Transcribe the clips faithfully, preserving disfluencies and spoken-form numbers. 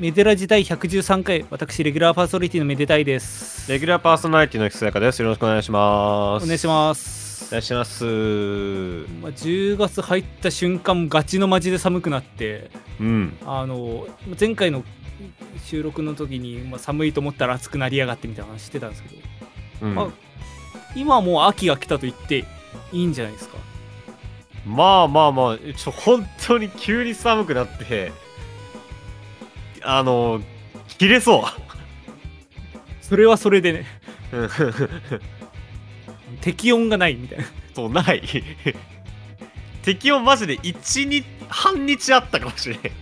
メデラジ第ひゃくじゅうさんかい、私レギュラーパーソナリティのめでたいです。 レギュラーパーソナリティのひさやかです。よろしくお願いします。 お願いします。 お願いします。 まあ、じゅうがつ入った瞬間ガチのマジで寒くなって、 うん、 あの前回の収録の時に、まあ、寒いと思ったら暑くなりやがってみたいな話してたんですけど、 うん、 まあ、今はもう秋が来たと言っていいんじゃないですか。 まあまあまあちょ本当に急に寒くなってあの切れそうそれはそれでね適温がないみたいなそうない適温マジでいちにち半日あったかもしれん。で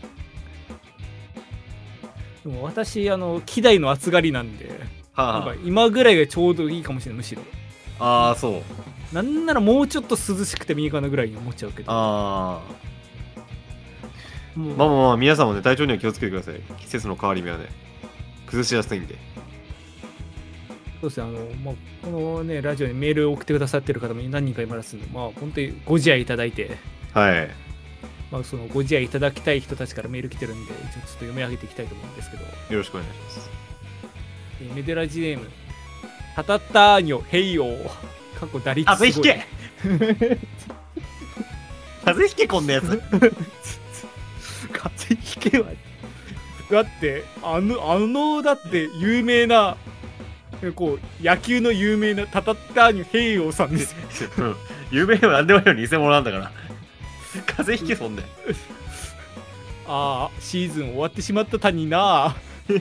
も私あの希代の暑がりなんで、 はあ、 なんか今ぐらいがちょうどいいかもしれない。むしろああそうなんならもうちょっと涼しくてもいいかなぐらいに思っちゃうけど、 ああもうまあまあまあ皆さんもね体調には気をつけてください。季節の変わり目はね崩しやすいんで。 そうですね、あの、まあ、このねラジオにメールを送ってくださってる方も何人かいますんで、まあ本当にご自愛いただいて、 はい、 まあ、そのご自愛いただきたい人たちからメール来てるんで、ちょっと読み上げていきたいと思うんですけど、よろしくお願いします。 えー、メデラジネームタタターニョヘイヨー過去打率すごい。 風邪ひけ風邪ひけこんなやつ風邪ひけはだってあのあのだって有名なこう野球の有名なタタターニョヘイヨーさんですようん、有名でも何でもないのに偽物なんだから風邪ひけそんねああシーズン終わってしまったたにな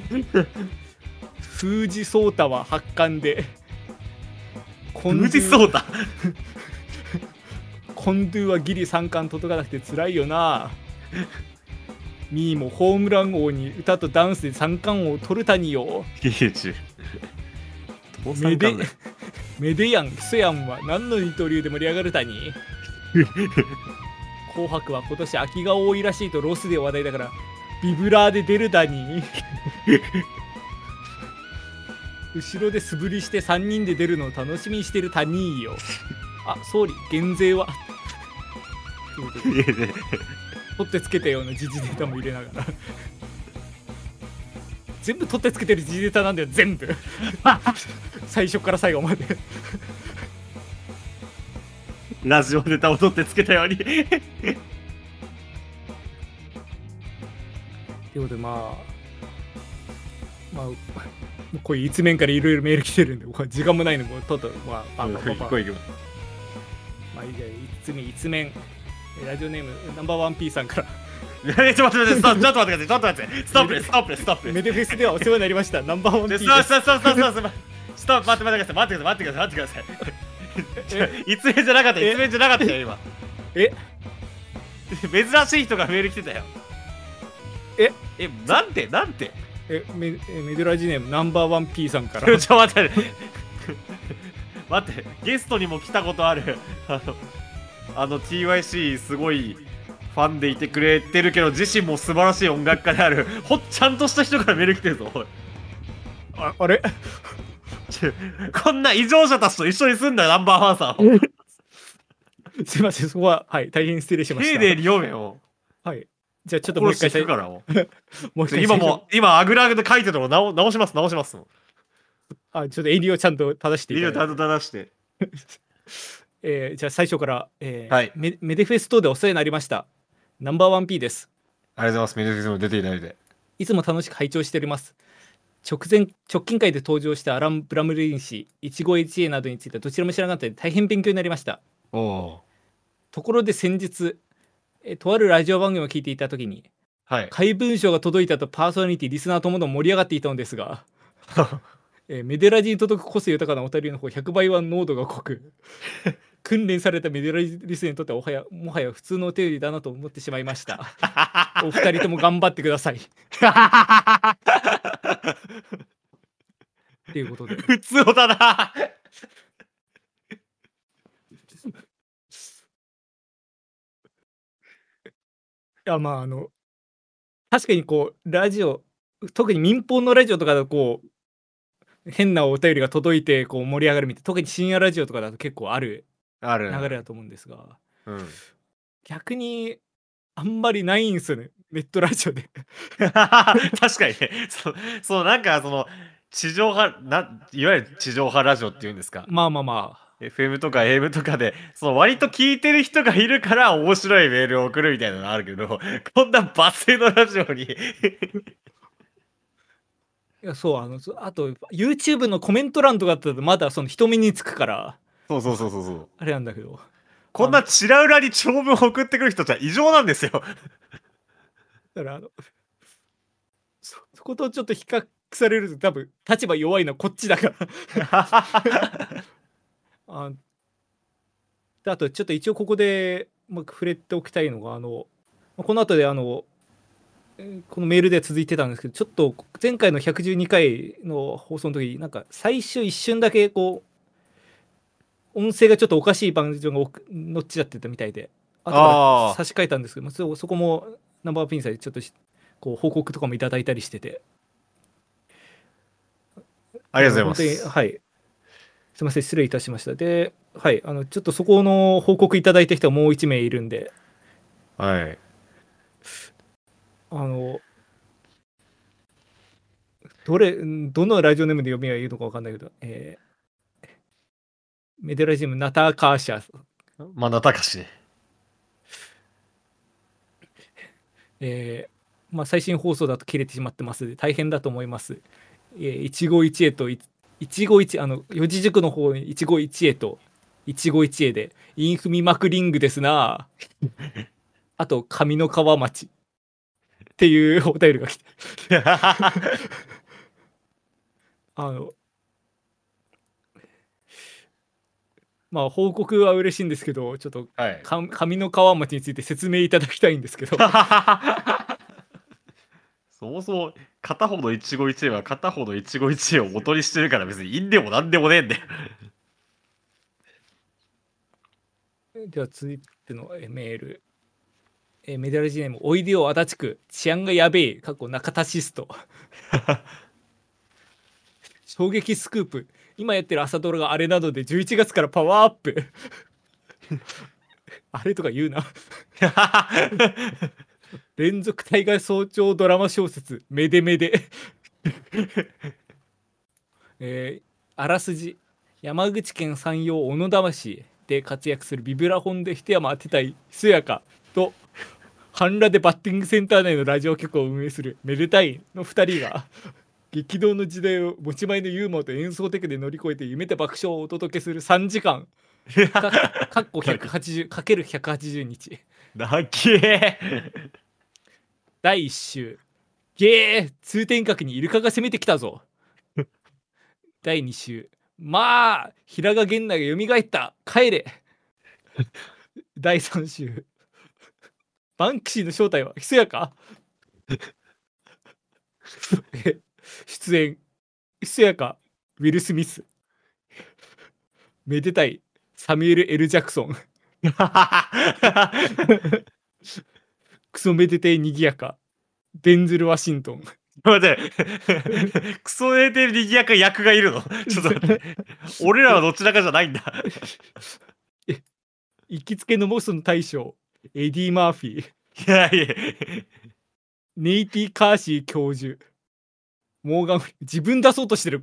封じソータは発汗で無事そうだコンドゥはギリ三冠届かなくて辛いよな。ミーもホームラン王に歌とダンスで三冠王を取るたによ。メデメデヤンクソヤンは何の二刀流で盛り上がるたに紅白は今年空きが多いらしいとロスで話題だからビブラーで出るだに後ろで素振りしてさんにんで出るのを楽しみにしてる他人よ。あ、総理減税は取ってつけたような時事ネタも入れながら全部取ってつけてる時事ネタなんだよ全部最初から最後までラジオネタを取ってつけたようにということで、まあまあこういう一面からいろいろメール来てるんで時間もないのでもうとっとまあパンパンパンパンまあいいじゃあ一面ラジオネームナンバーワン P さんからちょっと待ってちょっと待ってちょっと待ってちょっと待ってストップですストップですストップですメデフェスではお世話になりましたナンバーワン P です。 ストップストップストップストップストップ待って待ってください待ってください待ってください待ってください一面じゃなかった一面じゃなかったよ今え珍しい人がメール来てたよ。 ええなんてなんてえメメデラジネームナンバーワン P さんからちょ待って待ってゲストにも来たことあるあのあの ティーワイシー すごいファンでいてくれてるけど自身も素晴らしい音楽家であるほちゃんとした人からメール来てるぞ。おいあ, あれこんな異常者たちと一緒に住んだナンバーワンさんすいませんそこははい大変失礼しました。 丁寧に読めよ。 はいじゃあちょっともう一回からもう一回今も今あぐらあぐで書いてるのを直直します直しますあちょっと襟をちゃんと正していただいて襟を正してえー、じゃあ最初から、えーはい、 メ, メデフェストでお世話になりましたナンバーワン P です。 ありがとうございます。メデフェストも出ていただいていつも楽しく拝聴しております。直前直近回で登場したアラン・ブラムリン氏いちご エイチエー などについてどちらも知らなかったので大変勉強になりました。 おところで先日えとあるラジオ番組を聞いていた時に、 はい、 怪文書が届いたとパーソナリティリスナーともども盛り上がっていたのですがえメデラジに届く個性豊かなお便りの方ひゃくばいは濃度が濃く訓練されたメデラジリスナーにとってはおはやもはや普通のお便りだなと思ってしまいましたお二人とも頑張ってくださいっていうことで普通だないやまああの確かにこうラジオ特に民放のラジオとかだとこう変なお便りが届いてこう盛り上がるみたいな特に深夜ラジオとかだと結構あるある流れだと思うんですが、 うん、 逆にあんまりないんすよねネットラジオで確かにね。そう、そうなんかその、地上波ないわゆる地上波ラジオっていうんですか。 まあまあまあ。 エフエム とか エーエム とかで、その割と聞いてる人がいるから面白いメールを送るみたいなのあるけど、こんな罵声のラジオにいや、そう、あの、そあと YouTube のコメント欄とかだったらまだその人目につくから、 そうそうそうそうそう。 あれなんだけど。 こんなチラ裏に長文を送ってくる人じゃ異常なんですよ。 だからあの、そそことちょっと比較されると多分立場弱いのはこっちだからあであとちょっと一応ここで、まあ、触れておきたいのがあのこの後であのこのメールでは続いてたんですけど、ちょっと前回のひゃくじゅうにかいの放送の時なんか最初一瞬だけこう音声がちょっとおかしいバージョンが乗っちゃってたみたいで、後から差し替えたんですけど、そ, そこもナンバーピンさんでちょっとこう報告とかもいただいたりしてて、 ありがとうございます。 はい、すみません、失礼いたしました。で、はい、あのちょっとそこの報告いただいた人はもういち名いるんで、 はい。 あのどれどのラジオネームで読みはいいのか分かんないけど、えー、メデラジムナタカーシャまあナタカシね。 えーまあ、最新放送だと切れてしまってますで大変だと思います。えー、一期一会と一期一会、あの四字熟の方に一期一会と一期一会でインフミマクリングですなあと上の川町っていうお便りが来てあのまあ報告は嬉しいんですけど、ちょっと、はい、上の川町について説明いただきたいんですけどそもそも片方の一期一会は片方の一期一会を元にしてるから別にいいんでもなんでもねえんだよでは続いてのメール、えメダルジネームおいでよ足立区治安がやべえ過去中田シスト衝撃スクープ、今やってる朝ドラがあれなのでじゅういちがつからパワーアップあれとか言うな連続大河早朝ドラマ小説めでめでえー、あらすじ、山口県山陽小野田市で活躍するビブラフォンで一山当てたいひそやかと半裸でバッティングセンター内のラジオ局を運営するめでたいのふたりが激動の時代を持ち前のユーモアと演奏テクで乗り越えて夢と爆笑をお届けするさんじかんかかっこひゃくはちじゅうかけるひゃくはちじゅうにちだっけだいいっ週ゲー通天閣にイルカが攻めてきたぞだいに週まあ平賀源内が蘇った帰れだいさん週バンクシーの正体はひそやか出演ひそやかウィル・スミスめでたいサミュエル・エル・ジャクソンクソめでてにぎやかデンズル・ワシントン待ってクソめでてにぎやか役がいるのちょっと待って俺らはどちらかじゃないんだ行きつけのモスの大将エディ・マーフィーいやいやネイティ・カーシー教授モーガン自分出そうとしてる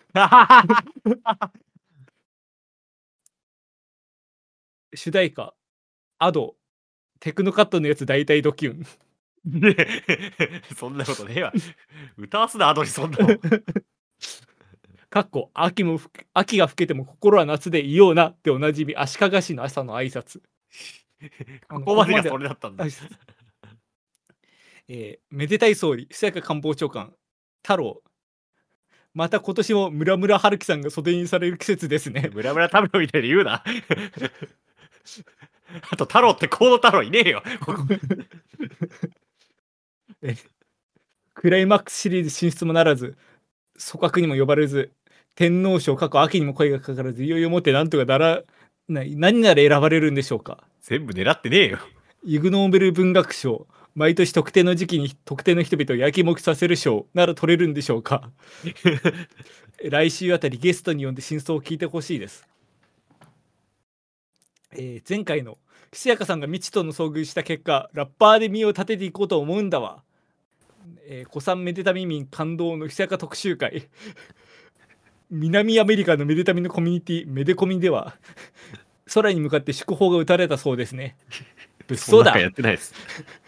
主題歌アドテクノカットのやつ大体ドキュンそんなことねえわ歌わすなアドにそんなのかっこ秋も秋が更けても心は夏でいようなっておなじみ足利市の朝の挨拶ここまでがそれだったんだえー、めでたい総理久坂官房長官太郎また今年も村村春樹さんが袖にされる季節ですね村村太郎みたいに言うなあと太郎って河野太郎いねえよクライマックスシリーズ進出もならず組閣にも呼ばれず天皇賞過去秋にも声がかからずいよいよもってなんとかならない何なら選ばれるんでしょうか。 全部狙ってねえよ。 イグ・ノーベル文学賞毎年特定の時期に特定の人々をやきもきさせる賞なら取れるんでしょうか来週あたりゲストに呼んで真相を聞いてほしいです。 えー前回のひしやかさんが未知との遭遇した結果、ラッパーで身を立てていこうと思うんだわ。えー、古参めでたみ民感動のひしやか特集会。南アメリカのめでたみのコミュニティ、めでコミでは、空に向かって祝砲が打たれたそうですね。物騒だそんなんかや。ってないです。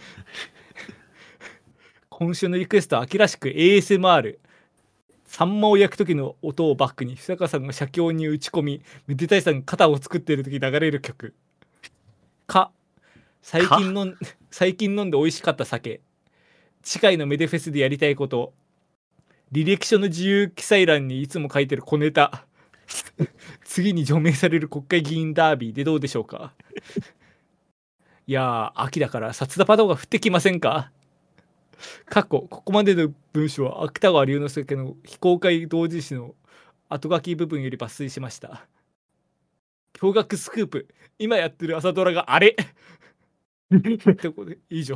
今週のリクエストは秋らしく エーエスエムアール。サンマを焼く時の音をバックに、久坂さんが写経に打ち込み、めでたいさんが肩を作っている時流れる曲。か、最近のん最近飲んで美味しかった酒。次回のメデフェスでやりたいこと。履歴書の自由記載欄にいつも書いてる小ネタ。次に除名される国会議員ダービーでどうでしょうか。いやー、秋だから札田パドが降ってきませんか。過去、ここまでの文章は芥川龍之介の非公開同人誌の後書き部分より抜粋しました。驚愕スクープ。今やってる朝ドラがあれってことで以上。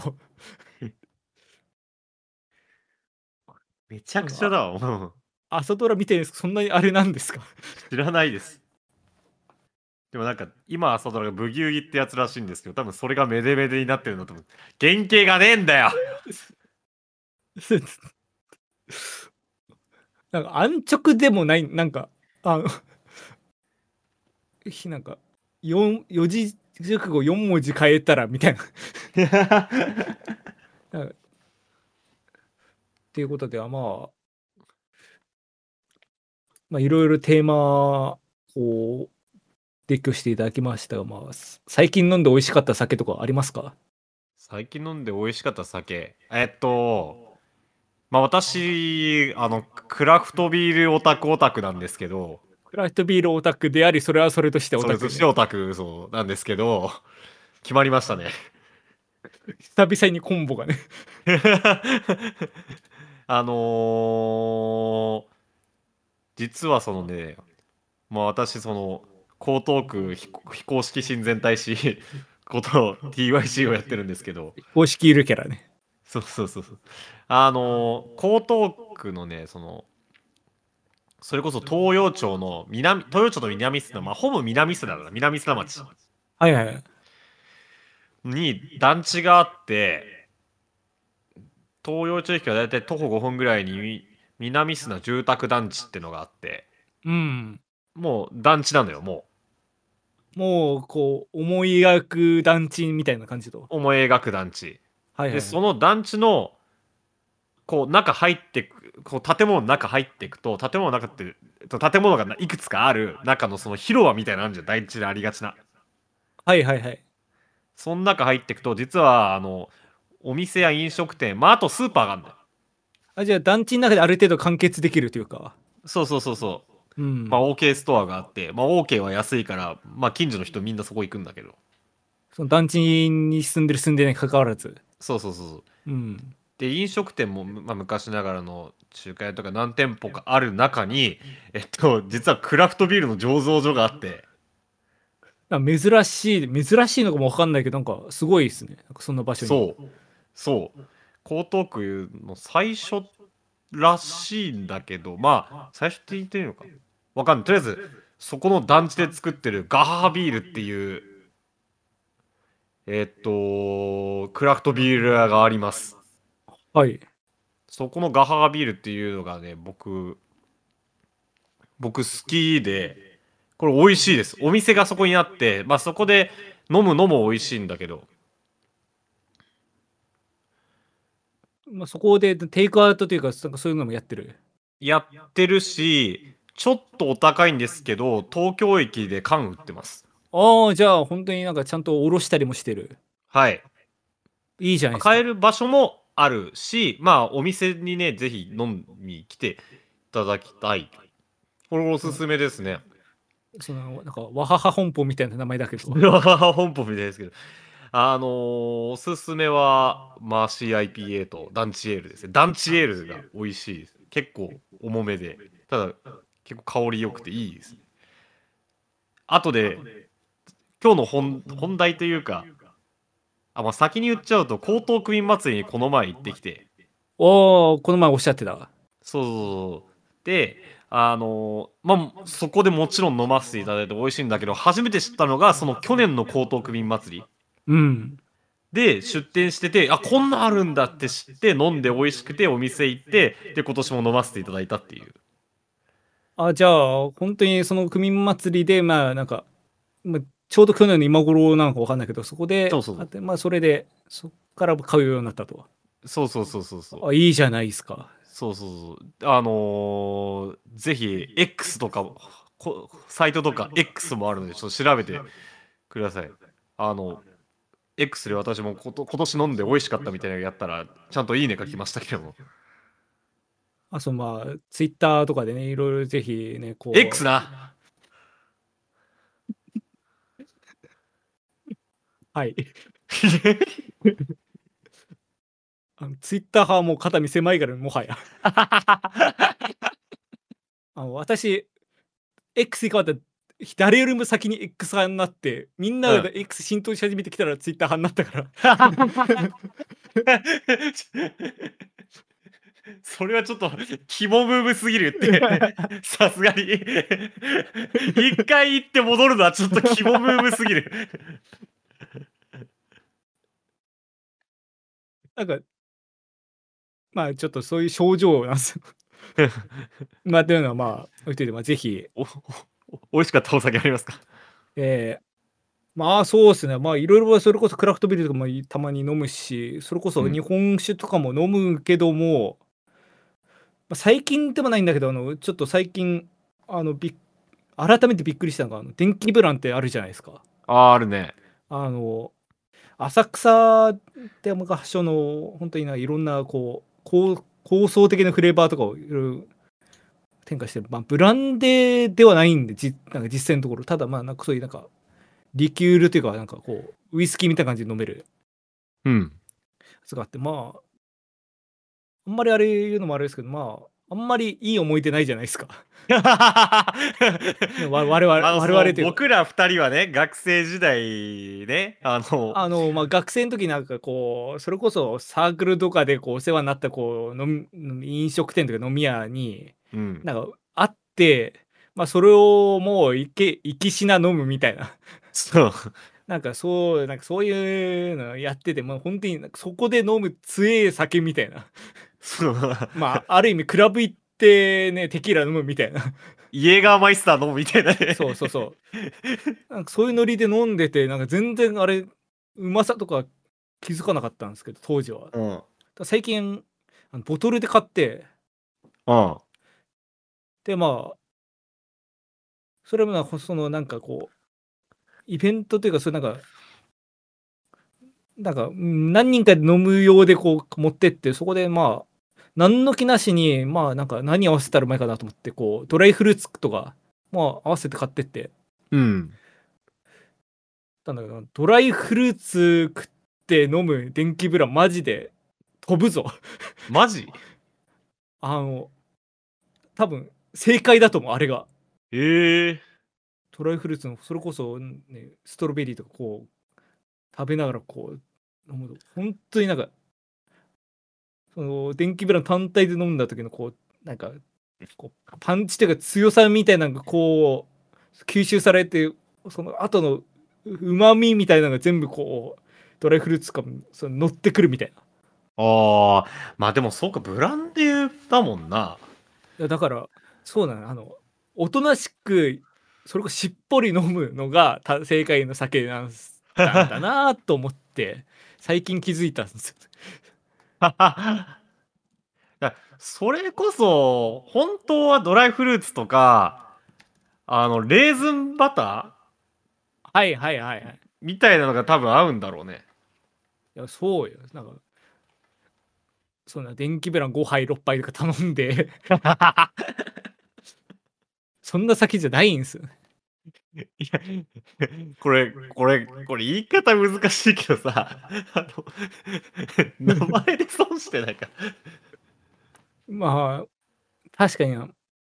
めちゃくちゃだわ。もう朝ドラ見てるんですか。そんなにあれなんですか。 知らないです。でもなんか、今朝ドラがブギウギってやつらしいんですけど、多分それがメデメデになってるのと思う。原型がねえんだよ。 なんか安直でもない、なんかあのひなんか四四字熟語よん文字変えたらみたいな。なんかっていうことではまあまあいろいろテーマを提供していただきましたが、まあ最近飲んで美味しかった酒とかありますか。 最近飲んで美味しかった酒。えっと、まあ私、あの、クラフトビールオタクオタクなんですけど、 クラフトビールオタクであり、それはそれとしてオそれとタク、 してオタク、そうなんですけど、決まりましたね。 久々にコンボがね。 あのー、実はそのね、まあ私、その、江東区非非公式親善大使こと ティーワイシー をやってるんですけど、 公式いるキャラね。 そうそうそうそう。あのー、江東区のね、その、それこそ東洋町の南、東洋町と南砂、まあ、ほぼ南砂だな、南砂町はいはいはい。 に団地があって、東洋町駅からだいたい徒歩ごふんぐらいに南砂住宅団地ってのがあって、 うん。 もう団地なのよ、ももうこう思い描く団地みたいな感じと。 う。思い描く団地。で、 はいはいはい。 その団地の、こう、中入ってく、こう、建物の中入っていくと、建物の中って、建物がいくつかある中のその広場みたいなのあるじゃん、団地でありがちな。 はいはいはい。 その中入っていくと、実は、あの、お店や飲食店、まあ、あとスーパーがあるんだよ。 あ、じゃあ団地の中である程度完結できるというか。 そうそうそうそう。 うん。 まあ、OK ストアがあって、まあ、OK は安いから、まあ、近所の人みんなそこ行くんだけど。 その団地に住んでる住んでないに関わらず。 そうそうそうそう。 うん。 で、飲食店も、まあ、昔ながらの中華屋とか何店舗かある中に、えっと、実はクラフトビールの醸造所があって、 なんか珍しい、珍しいのかもわかんないけど、なんかすごいですね。なんかそんな場所に。 そう、そう、江東区の最初らしいんだけど、まあ、最初って言っていいのかわかんない。とりあえず、そこの団地で作ってるガハハビールっていう、えっと、クラフトビール屋があります。 はい。 そこのガハハビールっていうのがね、僕、僕好きで、これ美味しいです。お店がそこにあって、まあそこで飲むのも美味しいんだけど、 まあ、そこでテイクアウトというか、なんかそういうのもやってる。 やってるし、ちょっとお高いんですけど、東京駅で缶売ってます。 ああ、じゃあ本当になんかちゃんとおろしたりもしてる。 はい。 いいじゃないですか。 買える場所もあるし、まあお店にね、ぜひ飲みに来ていただきたい。これおすすめですね。 そのなんかワハハ本舗みたいな名前だけど。 本舗みたいですけど。あのー、おすすめは、マーシー アイピーエー とダンチエールですね。ダンチエールが美味しいです。結構重めで。ただ、結構香り良くていいです。あとで、今日の本本題というか、あ、まあ、先に言っちゃうと、江東区民祭りにこの前行ってきて、 おお、この前おっしゃってた。 そうそうそう。で、 あのまあそこでもちろん飲ませていただいて美味しいんだけど、初めて知ったのがその去年の江東区民祭りうんで出店してて、あ、こんなあるんだって知って飲んで美味しくてお店行って、で今年も飲ませていただいたっていう。 あ、じゃあ本当にその区民祭りでまあなんか、まあ、ちょうど去年の今頃なのか分かんないけど、そこでそうそうそうあって、まあそれでそっから買うようになったと。 そうそうそうそうそうあ、いいじゃないですか。 そうそうそうあのー、ぜひ X とかこサイトとか X もあるので、ちょっと調べてください。あの X で私もこと今年飲んで美味しかったみたいなのやったらちゃんといいねが来ましたけども。 あ、そう、まあツイッターとかでね、いろいろぜひね、こう X なはいあのツイッター派はもう肩身狭いから、もはやあの私 X に変わったら誰よりも先に X 派になって、みんなが X 浸透し始めてきたらツイッター派になったからそれはちょっと肝ムーブすぎるってさすがに一回行って戻るのはちょっと肝ムーブすぎるなんかまあちょっとそういう症状なんですよまあというのはまあ置いといて、まあぜひおお美味しかったお酒ありますか？ えー、まあそうですね、まあいろいろそれこそクラフトビールとかもたまに飲むし、それこそ日本酒とかも飲むけども、まあ、最近でもないんだけど、あのちょっと最近あのび改めてびっくりしたのが、あの電気ブランってあるじゃないですか。 あーあるね。 あの浅草って発祥の本当にないろんなこう構構想的なフレーバーとかをいろいろ展開してる、まあ、ブランデーではないんで、じなんか実際のところ、ただまあなんかそういうなんかリキュールというか、なんかこうウイスキーみたいな感じで飲めるうんやつがあって、まああんまりあれ言うのもあれですけど、まああんまりいい思い出ないじゃないですかね、わ我々 あの我々というか、 僕ら二人はね、学生時代ね、あのあのまあ学生の時なんかこうそれこそサークルとかでこうお世話になったこう飲み飲食店とか飲み屋にうんなんかあって、まあそれをもういけ行きしな飲むみたいなそうなんかそうなんかそういうのやってて、まあ本当になんかそこで飲む強え酒みたいなそうまあある意味クラブ行ってねテキーラ飲むみたいなイエーガーマイスター飲むみたいなねそうそうそうなんかそういうノリで飲んでて、なんか全然あれうまさとか気づかなかったんですけど当時は。 うんだ最近あのボトルで買って、 うんでまあそれもなそのなんかこうイベントというか、それなんかなんかうん何人かで飲む用でこう持ってって、そこでまあ何の気なしにまあなんか何合わせたらうまいかなと思って、こうドライフルーツとかまあ合わせて買ってってうんたんだけど、ドライフルーツ食って飲む電気ブラマジで飛ぶぞマジあの多分正解だと思う、あれが。 ええドライフルーツのそれこそ、ね、ストロベリーとかこう食べながらこう飲むと本当になんかその電気ブラン単体で飲んだ時のこうなんかこうパンチというか強さみたいなのがこう吸収されて、その後のうまみみたいなのが全部こうドライフルーツかその乗ってくるみたいな。 ああまあでもそうか、ブランデーだもんな。 いやだからそうなの、あのおとなしくそれこそしっぽり飲むのがた正解の酒なんすなんだなと思って最近気づいたんですよ。 だそれこそ本当はドライフルーツとかあのレーズンバタはいはいはいはい。 ーみたいなのが多分合うんだろうね。 いやそうよ、なんかそんな電気ブランごはいろっぱいとか頼んでそんな酒じゃないんですよ。 いやこれこれこれ言い方難しいけどさ、あの名前で損してないか。 まあ確かにな、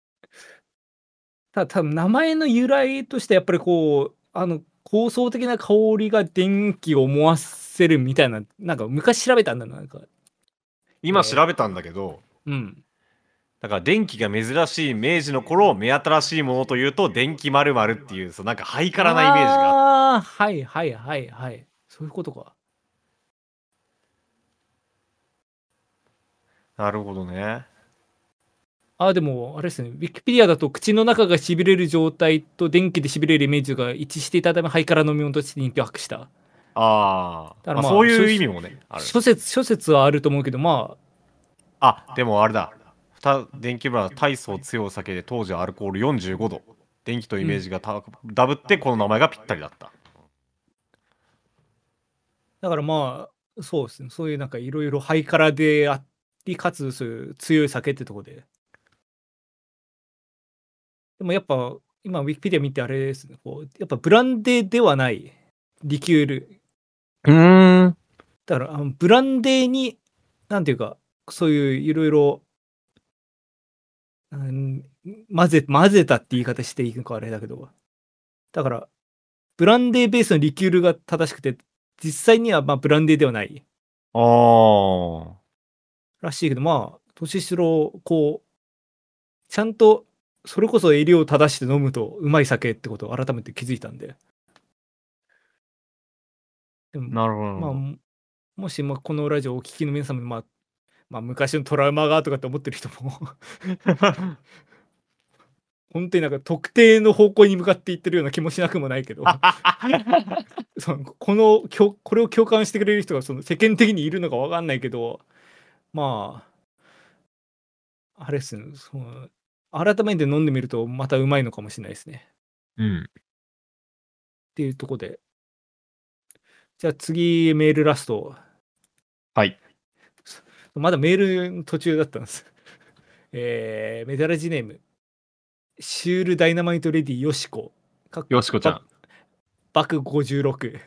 た多分名前の由来としてやっぱりこうあの構想的な香りが電気を思わせるみたいな、なんか昔調べたんだな、なんか今調べたんだけど、 うんだから電気が珍しい明治の頃、目新しいものというと電気〇〇っていう、そう、なんかハイカラなイメージがあっああ、はいはいはいはい。そういうことか。 なるほどね。 ああ、でも、あれですね、ウィキペディアだと口の中がしびれる状態と電気でしびれるイメージが一致していたため、ハイカラ飲み物として人気を博した。 ああ、まあ、 だからまあ、 そういう諸意味もね、ある。 諸説、諸説はあると思うけど、まあ、でもあれだ。ふた電気ブラ大層強い酒で当時アルコールよんじゅうごど。電気とイメージがたダブってこの名前がぴったりだった。 だからまあ、そうですね、そういうなんかいろいろハイカラであり、かつそういう強い酒ってとこで。でもやっぱ、今ウィキペディア見てあれですね、こう、やっぱブランデーではないリキュール。 うーん。 だから、あのブランデーに、なんていうか、そういういろいろ、うん、混ぜ混ぜたって言い方していいのかあれだけど、だから、ブランデーベースのリキュールが正しくて、実際にはまあブランデーではないああ。 らしいけど、まあ、年しろ、こう、ちゃんと、それこそ襟を正して飲むとうまい酒ってことを改めて気づいたんで。でも、 なるほどなるまあ、 ほど。 ももし、ま、このラジオをお聞きの皆様で、まあ、まあ、昔のトラウマがとかって思ってる人も本当になんか特定の方向に向かっていってるような気もしなくもないけどそのこのきょこれを共感してくれる人がその世間的にいるのかわかんないけど、まあ、あれっすね、その、改めて飲んでみるとまたうまいのかもしれないですね。 うん。 っていうとこで。じゃあ次、メールラスト。 はい。 まだメールの途中だったんです。えー、メダラジネーム、シュールダイナマイトレディよしこ。かっこよしこちゃん。 バクごじゅうろく。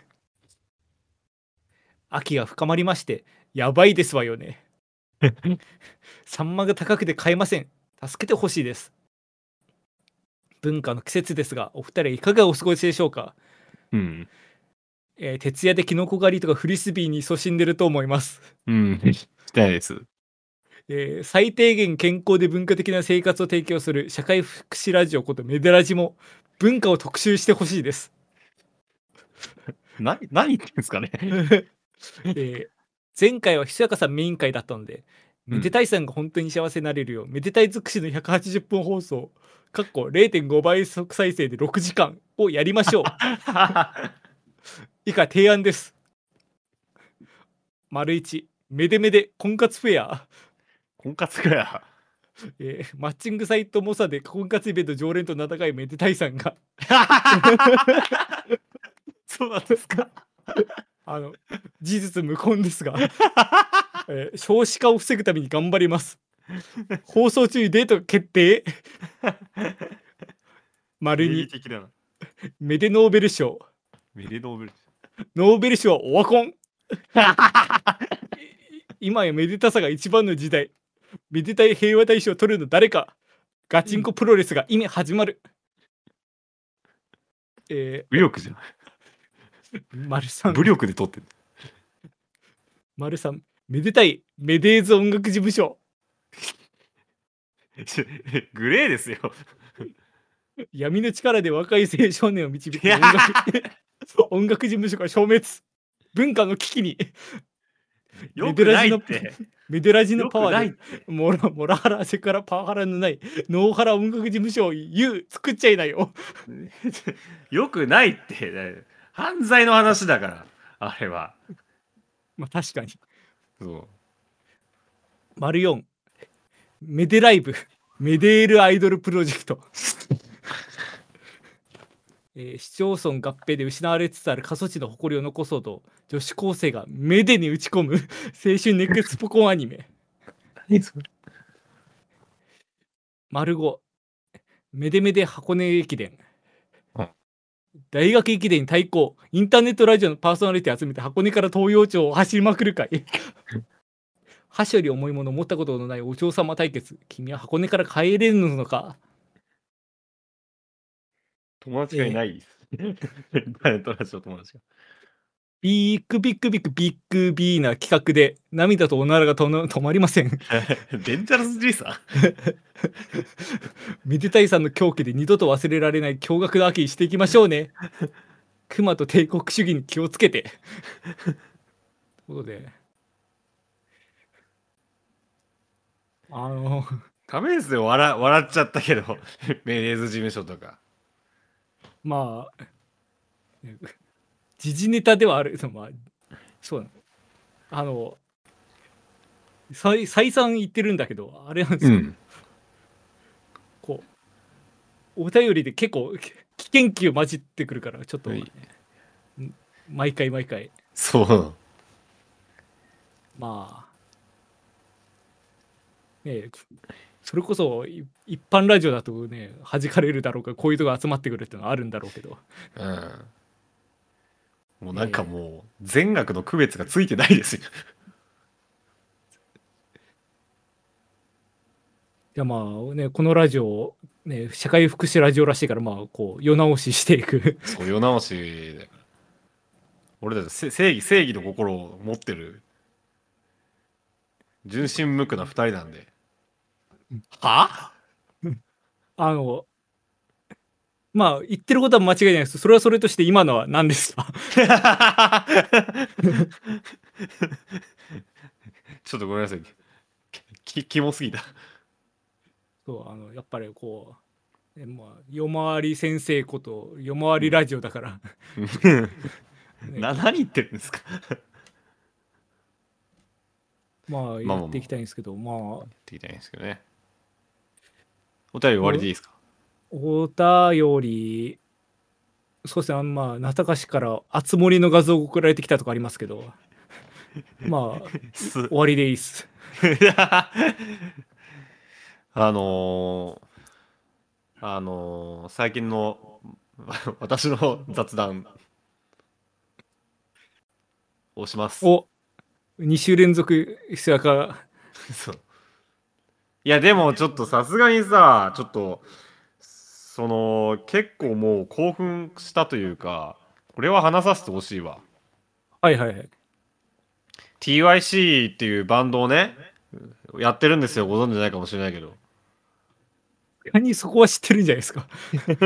秋が深まりまして、やばいですわよね。サンマが高くて買えません。助けてほしいです。文化の季節ですが、お二人はいかがお過ごしでしょうか。 うん。 えー徹夜でキノコ狩りとかフリスビーに勤しんでると思います。 うん。してないです。 えー最低限健康で文化的な生活を提供する社会福祉ラジオことメデラジも文化を特集してほしいです。 な何言ってんですかね。 えー前回はひそやかさんメイン会だったので、めでたいさんが本当に幸せになれるよう、めでたい尽くしのひゃくはちじゅっぷん放送、かっこ れいてんご 倍速再生でろくじかんをやりましょう。以下提案です。丸いち、めでめで婚活フェア。 婚活かや。 えーマッチングサイトモサで婚活イベント常連と名高いめでたいさんがそうなんですか。 あの事実無根ですが、えー少子化を防ぐために頑張ります。放送中にデートが決定。丸に、 的だな。 メデノーベル賞。 メレノーベル。 ノーベル賞はオワコン。今やめでたさが一番の時代。めでたい平和大賞を取るの誰か。ガチンコプロレスが今始まる。え武力じゃん。 ー、丸さん。 武力で取ってる。 丸さん。めでたいメデーズ音楽事務所。 グレーですよ。 闇の力で若い青少年を導く音楽音楽事務所が消滅。文化の危機に。 よくないって。 メデラジのパワーよくないって。 でモラモラハラセクハラパワハラのないノーハラ音楽事務所を言う作っちゃいなよ。 よくないって。犯罪の話だから、あれは。 まあ確かに。 そう。 丸よん、メデライブメデールアイドルプロジェクト。えー市町村合併で失われつつある過疎地の誇りを残そうと女子高生がメデに打ち込む青春ネクスポコンアニメ。 何それ。 丸ご、メデメデ箱根駅伝。 うん大学駅伝に対抗、インターネットラジオのパーソナリティ集めて箱根から東洋町を走りまくる会。箸より重いものを持ったことのないお嬢様対決。君は箱根から帰れるのか。 友達がいないです。インターネットラジオ友達が。 ビッグビッグビッグビッグビーな企画で涙とおならがとの止まりません。 デンジャラスじいさん。 めでたいさんの狂気で二度と忘れられない驚愕の秋にしていきましょうね。熊と帝国主義に気をつけて。ということで、あの、 ダメですよ、笑笑っちゃったけど、メレーズ事務所とか。 まあ、時事ネタではある、まあ、そうなの。あの、再再三言ってるんだけど、あれなんですよ。 うん。 こう、お便りで結構危険球混じってくるから、ちょっと、 はい毎回毎回、 そう。 まあ、ねえ、それこそい一般ラジオだとね、弾かれるだろうから、こういうとこ集まってくるっていうのはあるんだろうけど、 うん。もうなんかもう、全額の区別がついてないですよ。 じゃあまあね、このラジオ、ね、社会福祉ラジオらしいから、まあ、こう、世直ししていく。 そう、世直しだから。俺たちせ正義、正義の心を持ってる、純真無垢な二人なんで。はあの、まあ、言ってることは間違いないです。それはそれとして今のは何ですか？ ちょっとごめんなさい。き、キモすぎた。 そう、あの、やっぱりこう、ね、まあ、夜回り先生こと夜回りラジオだから、ね、 な、何言ってるんですか？ まあ、 まあまあまあやっていきたいんですけど、まあ、 って言いたいんですけどね。お便り終わりでいいですか？ お便り、そうですね、あのまあ、なたかしからあつ森の画像が送られてきたとかありますけど、まあ、 す終わりでいいっす。 あのー、あのー、最近の私の雑談をします。 お、に週連続久やか。 そう。いやでもちょっとさすがにさ、ちょっとその結構もう興奮したというか、これは話させてほしいわ。 はいはいはい。 ティーワイシー っていうバンドをね、やってるんですよ。ご存知ないかもしれないけど。 逆にそこは知ってるんじゃないですか。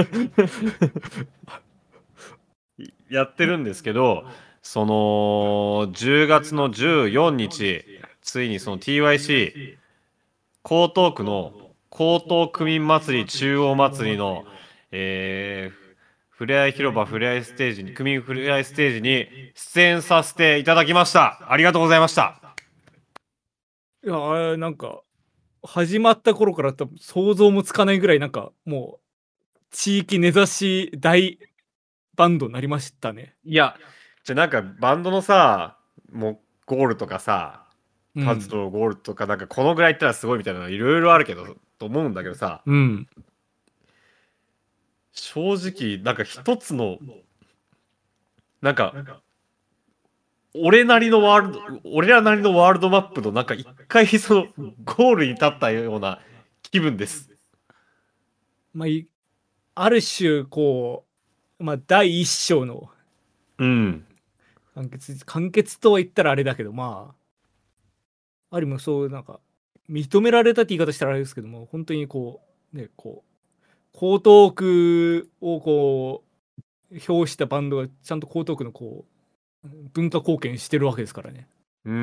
やってるんですけど、そのじゅうがつのじゅうよっか、ついにその ティーワイシー 江東区の江東区民祭り中央祭りの、えー、ふれあい広場ふれあいステージに区民ふれあいステージに出演させていただきました。ありがとうございました。 いやー、なんか、始まった頃から多分想像もつかないぐらい、なんかもう、地域根ざし大バンドになりましたね。 いや、じゃあなんかバンドのさ、もうゴールとかさ、 うん活動ゴールとかなんかこのぐらいいったらすごいみたいなのいろいろあるけど、と思うんだけどさ、 うん。 正直なんか一つのなんか俺なりのワールド俺らなりのワールドマップのなんか一回そのゴールに立ったような気分です。 まあ、いある種、こう、まあ、第一章のうん。 完結、完結とは言ったらあれだけど、まあ、ある意味そう、なんか、認められたって言い方したらあれですけども、本当にこう、ね、こう、江東区をこう、表したバンドがちゃんと江東区のこう、文化貢献してるわけですからね。 うん。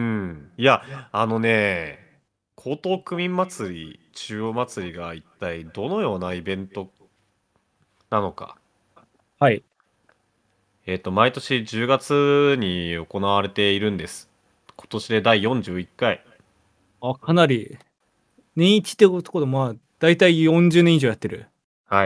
いや、あのね、江東区民祭り、中央祭りが一体どのようなイベントなのか。 はい。 えっと、毎年じゅうがつに行われているんです。今年でだいよんじゅういっかい。 あ、かなり、年一ってことで、まあ、だいたいよんじゅうねん以上やってる。 はい。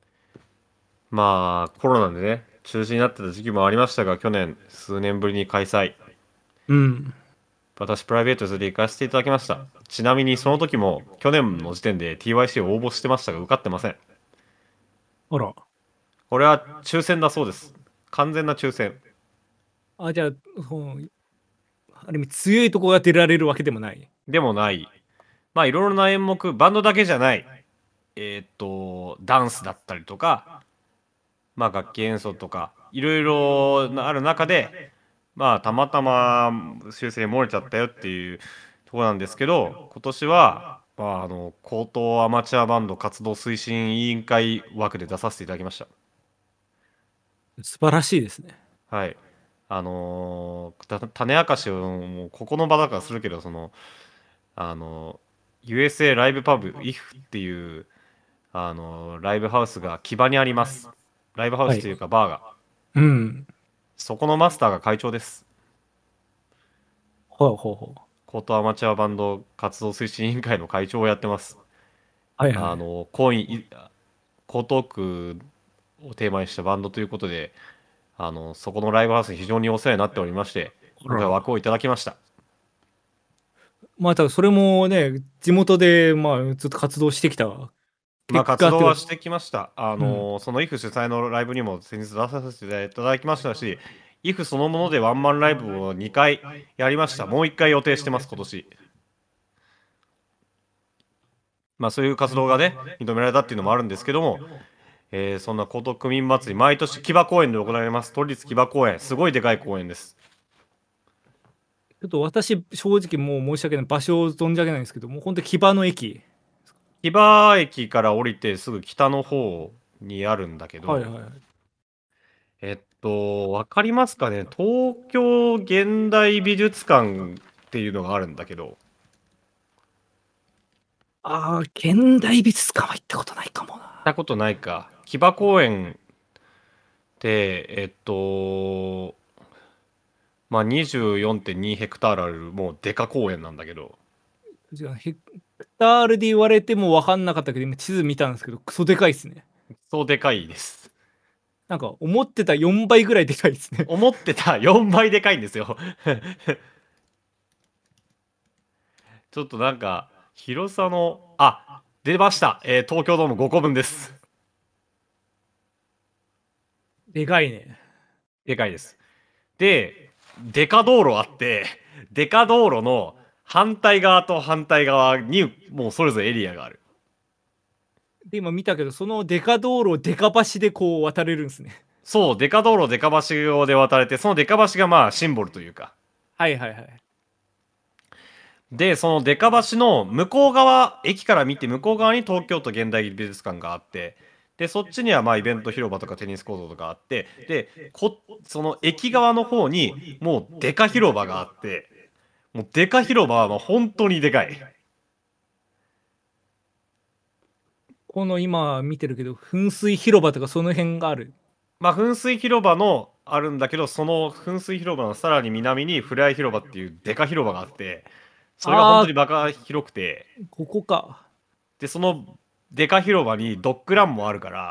まあ、コロナでね、中止になってた時期もありましたが、去年、数年ぶりに開催。 うん。 私、プライベートで行かせていただきました。ちなみに、その時も、去年の時点で ティーワイシー を応募してましたが、受かってません。 あら。 これは抽選だそうです。完全な抽選。 あ、じゃあ、そのある意味強いとこが出られるわけでもない。 でもない。まあ、いろいろな演目、バンドだけじゃない。えーっと、ダンスだったりとか、まあ、楽器演奏とか、いろいろある中で、 まあたまたま修正漏れちゃったよっていうところなんですけど、今年は、まあ、あの高等アマチュアバンド活動推進委員会枠で出させていただきました。 素晴らしいですね。 はい。あのーた種明かしをもうここの場だからするけど、その、あの ユーエスエー ライブパブ イフ っていう、あのライブハウスが木場にあります。ライブハウはい。 スというかバーが。 うん。 そこのマスターが会長です。 ほうほうほう。 高等アマチュアバンド活動推進委員会の会長をやってます。 はいはい。 あの、コイン、い江東区をテーマにしたバンドということで、あの、そこのライブハウスに非常にお世話になっておりまして、今回あら。 枠をいただきました。 まあ、ただそれもね、地元で、まあ、ずっと活動してきたまあ、 結果っていうか、 活動はしてきました。あうん。 の、その イフ 主催のライブにも先日出させていただきましたし、イフ そのものでワンマンライブをにかいやりました。もういっかい予定してます、今年。まあ、そういう活動がね、認められたっていうのもあるんですけども、えーそんな江東区民祭り、毎年木場公園で行われます。都立木場公園、すごいでかい公園です。 ちょっと私、正直もう申し訳ない。場所を存じ上げないんですけど、もう本当に木場の駅。 木場駅から降りてすぐ北の方にあるんだけど、 はいはいはい。 えっと、わかりますかね、東京現代美術館っていうのがあるんだけど、 ああ、現代美術館は行ったことないかもな。 行ったことないか。木場公園って、えっと、まあ、にじゅうよんてんにヘクタールあるもうデカ公園なんだけど、 違うヘクタールで言われても分かんなかったけど、今地図見たんですけど、クソでかいっすね。 そうでかいです。 なんか思ってたよんばいぐらいでかいですね。 思ってたよんばいでかいんですよ。ちょっとなんか、広さの、あ、出ました。えー東京ドームごこぶんです。 でかいね。 でかいです。で、デカ道路あって、デカ道路の反対側と反対側にもうそれぞれエリアがある。 で、今見たけど、そのデカ道路をデカ橋でこう渡れるんですね。 そう、デカ道路、デカ橋で渡れて、そのデカ橋がまあシンボルというか。 はいはいはい。 で、そのデカ橋の向こう側、駅から見て向こう側に東京都現代美術館があって、で、そっちにはまあイベント広場とかテニスコートとかあって、で、こその駅側の方にもうデカ広場があって、もうデカ広場はもう本当にでかい。 この今見てるけど、噴水広場とかその辺がある。 まあ、噴水広場のあるんだけど、その噴水広場のさらに南にふれあい広場っていうデカ広場があって、それが本当あにバカ広くて、 ー、ここか。 で、そのデカ広場にドッグランもあるから、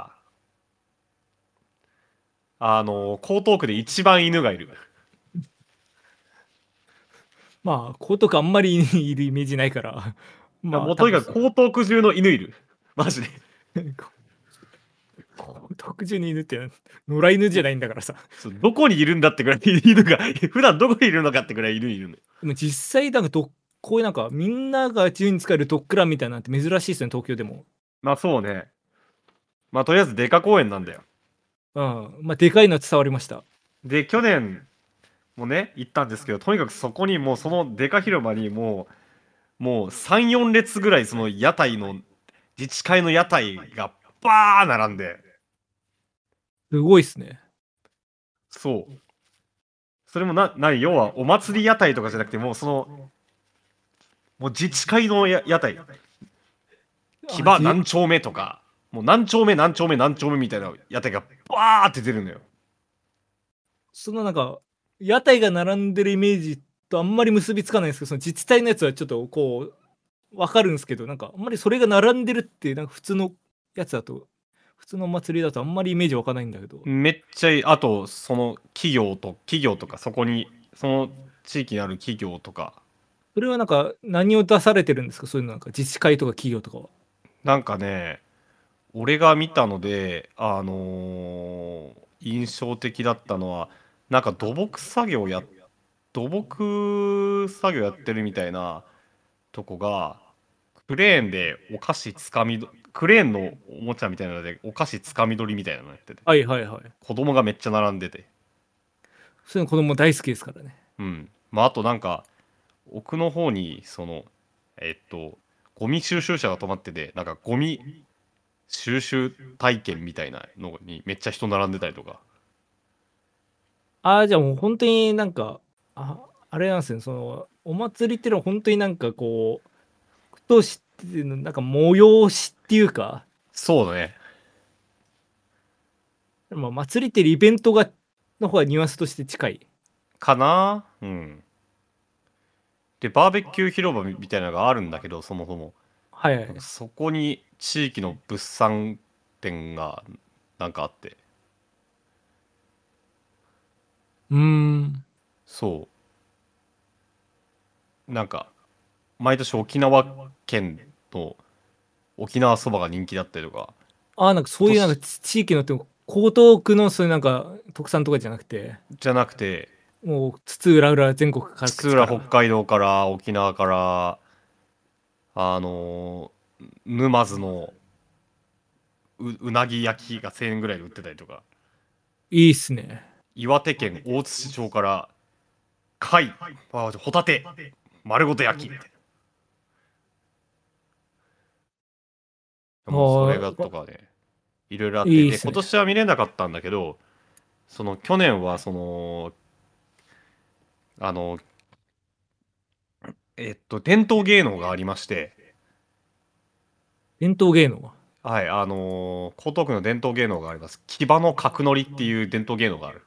あの、江東区で一番犬がいる。 まあ、こうとかあんまりいるイメージないから。まあ、 もうとにかく多分そう。 江東区中の犬いる。マジで。 特殊に犬って野良犬じゃないんだからさ。 そうどこにいるんだってくらい犬が、普段どこにいるのかってくらい犬いるのよ。 でも実際なんかどこういうなんかみんなが自由に使えるドッグランみたいなのって珍しいですね、東京でも。 まあそうね。まあとりあえずデカ公園なんだよ。 うん。まあ、でかいのは伝わりました。 で、去年もね、行ったんですけど、とにかくそこにもうそのデカ広場にもう、もうさん、よん列ぐらいその屋台の、自治会の屋台がバー並んで、 すごいっすね。 そう。それもな、なに、要はお祭り屋台とかじゃなくて、もうその、もう自治会のや屋台、木あ、じ、 場何丁目とか、もう何丁目何丁目何丁目みたいな屋台がバーって出るのよ。 そのなんか、屋台が並んでるイメージとあんまり結びつかないんですけど、その自治体のやつはちょっとこう、わかるんですけど、なんかあんまりそれが並んでるって、なんか普通のやつだと、普通のお祭りだとあんまりイメージ湧かないんだけど。 めっちゃいい。あと、その企業と、企業とか、そこに、その地域にある企業とか、 それはなんか何を出されてるんですか、そういうのなんか自治会とか企業とかは。 なんかね、俺が見たので、あのー印象的だったのは、なんか土木作業や、土木作業やってるみたいなとこが、クレーンでお菓子つかみど、クレーンのおもちゃみたいなので、お菓子つかみ取りみたいなのやってて、 はいはいはい。 子供がめっちゃ並んでて、 そういうの子供大好きですからね。 うんまああとなんか奥の方にそのえっとゴミ収集車が止まってて、なんかゴミ収集体験みたいなのにめっちゃ人並んでたりとか。 ああ、じゃあもう本当になんか、あ、あれなんですね、その、お祭りっていうのは本当になんかこう、ふとしていうの、なんか催しっていうか、 そうだね。 まあ、祭りっていうイベントが、の方がニュアンスとして近い。 かな。うんでバーベキュー広場みたいなのがあるんだけど、そもそもはいはい。 そこに地域の物産展がなんかあって、 うーん。 そうなんか毎年沖縄県の沖縄そばが人気だったりとか。 ああ、なんかそういうなんか今年地地域のって江東区のそういうなんか特産とかじゃなくて、 じゃなくてもう津々浦々全国各津々浦北地から。 海道から沖縄からあのー沼津のううなぎ焼きがせんえんぐらいで売ってたりとか、 いいっすね。 岩手県大槌町から貝あホタテ丸ごと焼きみたいな、もうそれがああ、 とかね、いろいろあって、で今いいっすね。 年は見れなかったんだけど、その去年はそのあのえっと伝統芸能がありまして、 伝統芸能は。 はい、あのー江東区の伝統芸能があります。騎馬の角乗りっていう伝統芸能がある。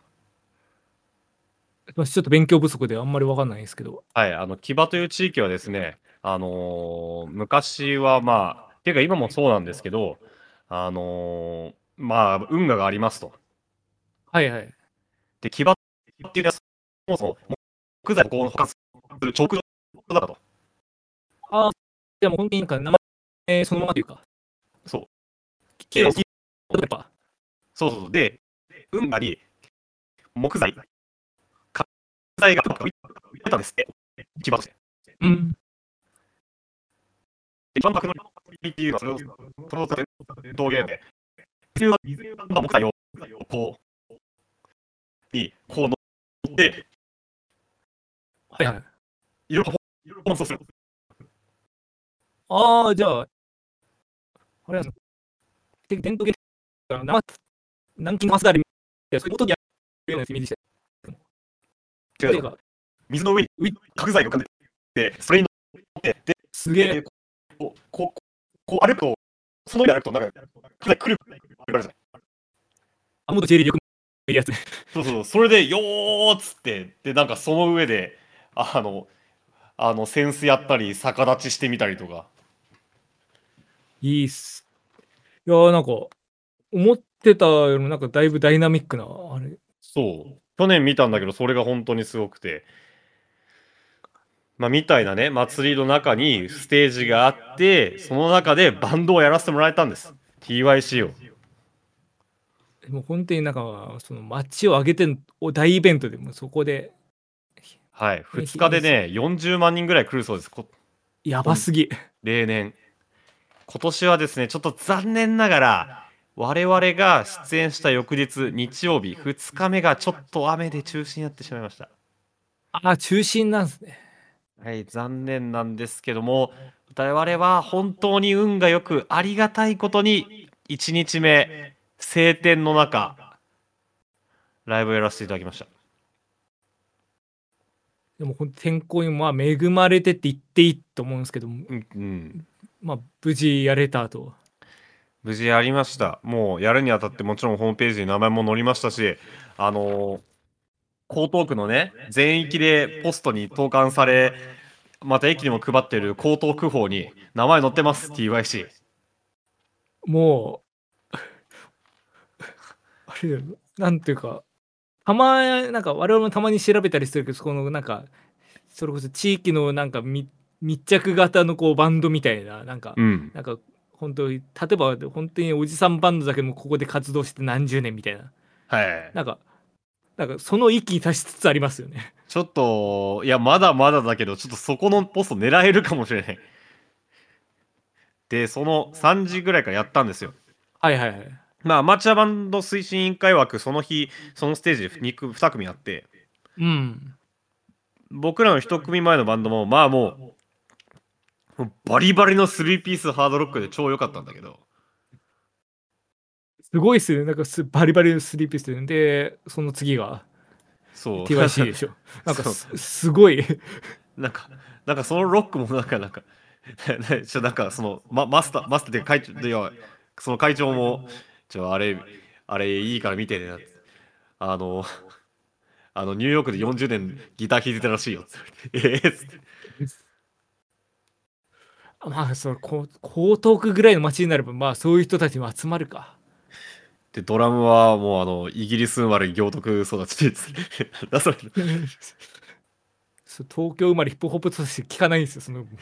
私ちょっと勉強不足であんまりわかんないんですけど。 はい、あの騎馬という地域はですね、あのー昔はまあ、ていうか今もそうなんですけど、あのーまあ、運河がありますと。 はいはい。 で、騎馬っていうのは、そもそも木材をこう保管する直上だったと。 ああ、じゃあもう本当になんか名前そのままというか、 そう。で、 木のやっぱ。 そうそうそう。で、運河に木材、角材が浮いてたんですって、騎馬として。 うん。 で、騎馬の角乗りっていうのは、それを、それを伝統芸能で、水が木材をこう、に、こう乗って、 はいはい。 いろいろパフォーマンスをする。 ああ、じゃあ、あれなんですか。伝統芸能生南京マスダーレみたいな、そういうことでやるようなイメージでした。 違う違う。 例えば、 水の上に角材が浮かんでて、それに乗って、 すげえ。 で、こう、こう、こう歩くと、その上で歩くと、なんか、角材くるくるじゃない。 あ、元 J リーグよくいるやつ。 そうそう、それで、よーっつって、で、なんかその上で、あの、あの、扇子やったり、逆立ちしてみたりとか。 いいっす。いやーなんか、思ってたよりもなんかだいぶダイナミックな、あれ。 そう。去年見たんだけど、それが本当にすごくて。まあ、みたいなね、祭りの中にステージがあって、その中でバンドをやらせてもらえたんです。ティーワイシー を。 でも本当になんか、その街を挙げての大イベントでもそこで、 はい。2 えひ日でね、よんじゅうまん人ぐらい来るそうです。こやこんばすぎ。 例年。今年はですね、ちょっと残念ながら、我々が出演した翌日、日曜日、ふつかめがちょっと雨で中止になってしまいました。 あ、中心なんですね。 はい、残念なんですけども、我々は本当に運がよく、ありがたいことに、いちにちめ、晴天の中、ライブをやらせていただきました。 でも天候にまあ恵まれてって言っていいと思うんですけども、 うん、うん。 まあ無事やれたと。 無事やりました。もうやるにあたってもちろんホームページに名前も載りましたし、あのー江東区のね、全域でポストに投函され、また駅にも配っている江東区報に名前載ってます、ティーワイシー。 もう、あれだよ、なんていうか、たまなんか我々もたまに調べたりするけど、このなんか、それこそ地域のなんか密密着型のこうバンドみたいな、なんか、 うん。 なんか本当に、例えば本当におじさんバンドだけもここで活動して何十年みたいな、 はい。 なんか、なんかその域に達しつつありますよね。 ちょっと、いや、まだまだだけど、ちょっとそこのポスト狙えるかもしれない。で、そのさんじぐらいからやったんですよ。 はいはいはい。 まあ、アマチュアバンド推進委員会枠、その日、そのステージでに組あって、 うん僕らの一組前のバンドもまあもうもうバリバリのスリーピースハードロックで超良かったんだけど、 すごいっすね。なんかすバリバリのスリーピースで、で、その次がそうティーワイシー でしょ。なんかそうすすごい。 なんかなんかそのロックもなんかなんかちょなんかその、ま、マスターマスターっていうか会長ではその会長もちょあれあれいいから見てねなってあのあのニューヨークでよんじゅうねんギター弾いてたらしいよって言われてえーっつってまあ、そのこ江東区ぐらいの街になれば、まあそういう人たちも集まるか。 でドラムはもうあのイギリス生まれ行徳育ちでつってなんだそれそう東京生まれヒップホップとして聞かないんですよ。その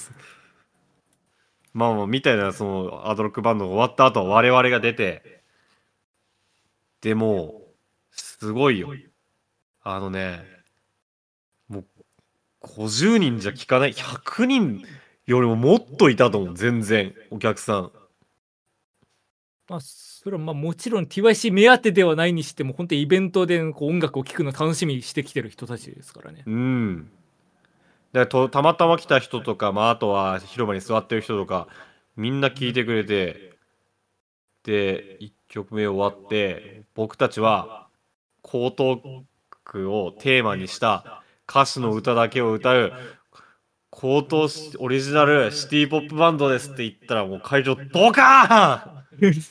まあまあみたいなそのアドロックバンドが終わった後我々が出てでもすごいよあのねもうごじゅうにんじゃ聞かないひゃくにんよりももっといたと思う全然お客さんまあ、それはまあもちろん ティーワイシー 目当てではないにしても、本当にイベントでこう音楽を聴くの楽しみにしてきてる人たちですからね。 うんでとたまたま来た人とか、まあ、あとは広場に座ってる人とかみんな聞いてくれてでいっきょくめ終わって僕たちは江東区をテーマにした歌詞の歌だけを歌う江東オリジナルシティポップバンドですって言ったらもう会場ドカーン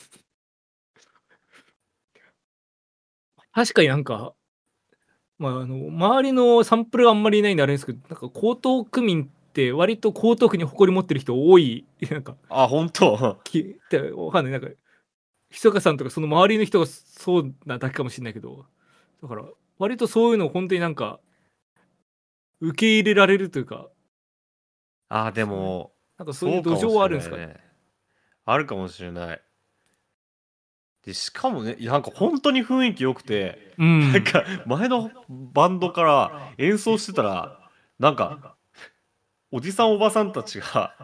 確かになんか、まあ、あの周りのサンプルがあんまりいないんであれですけど、なんか江東区民って割と江東区に誇り持ってる人多い、なんかあ本当きってわかんない、なんかひそかさんとかその周りの人がそうなだけかもしれないけど、だから割とそういうのを本当になんか受け入れられるというか、 あでもなんかそういう土壌そうかもしはあるんですかね。 れないねあるかもしれないでしかもねなんか本当に雰囲気良くてうなんん。 か前のバンドから演奏してたらなんかおじさんおばさんたちが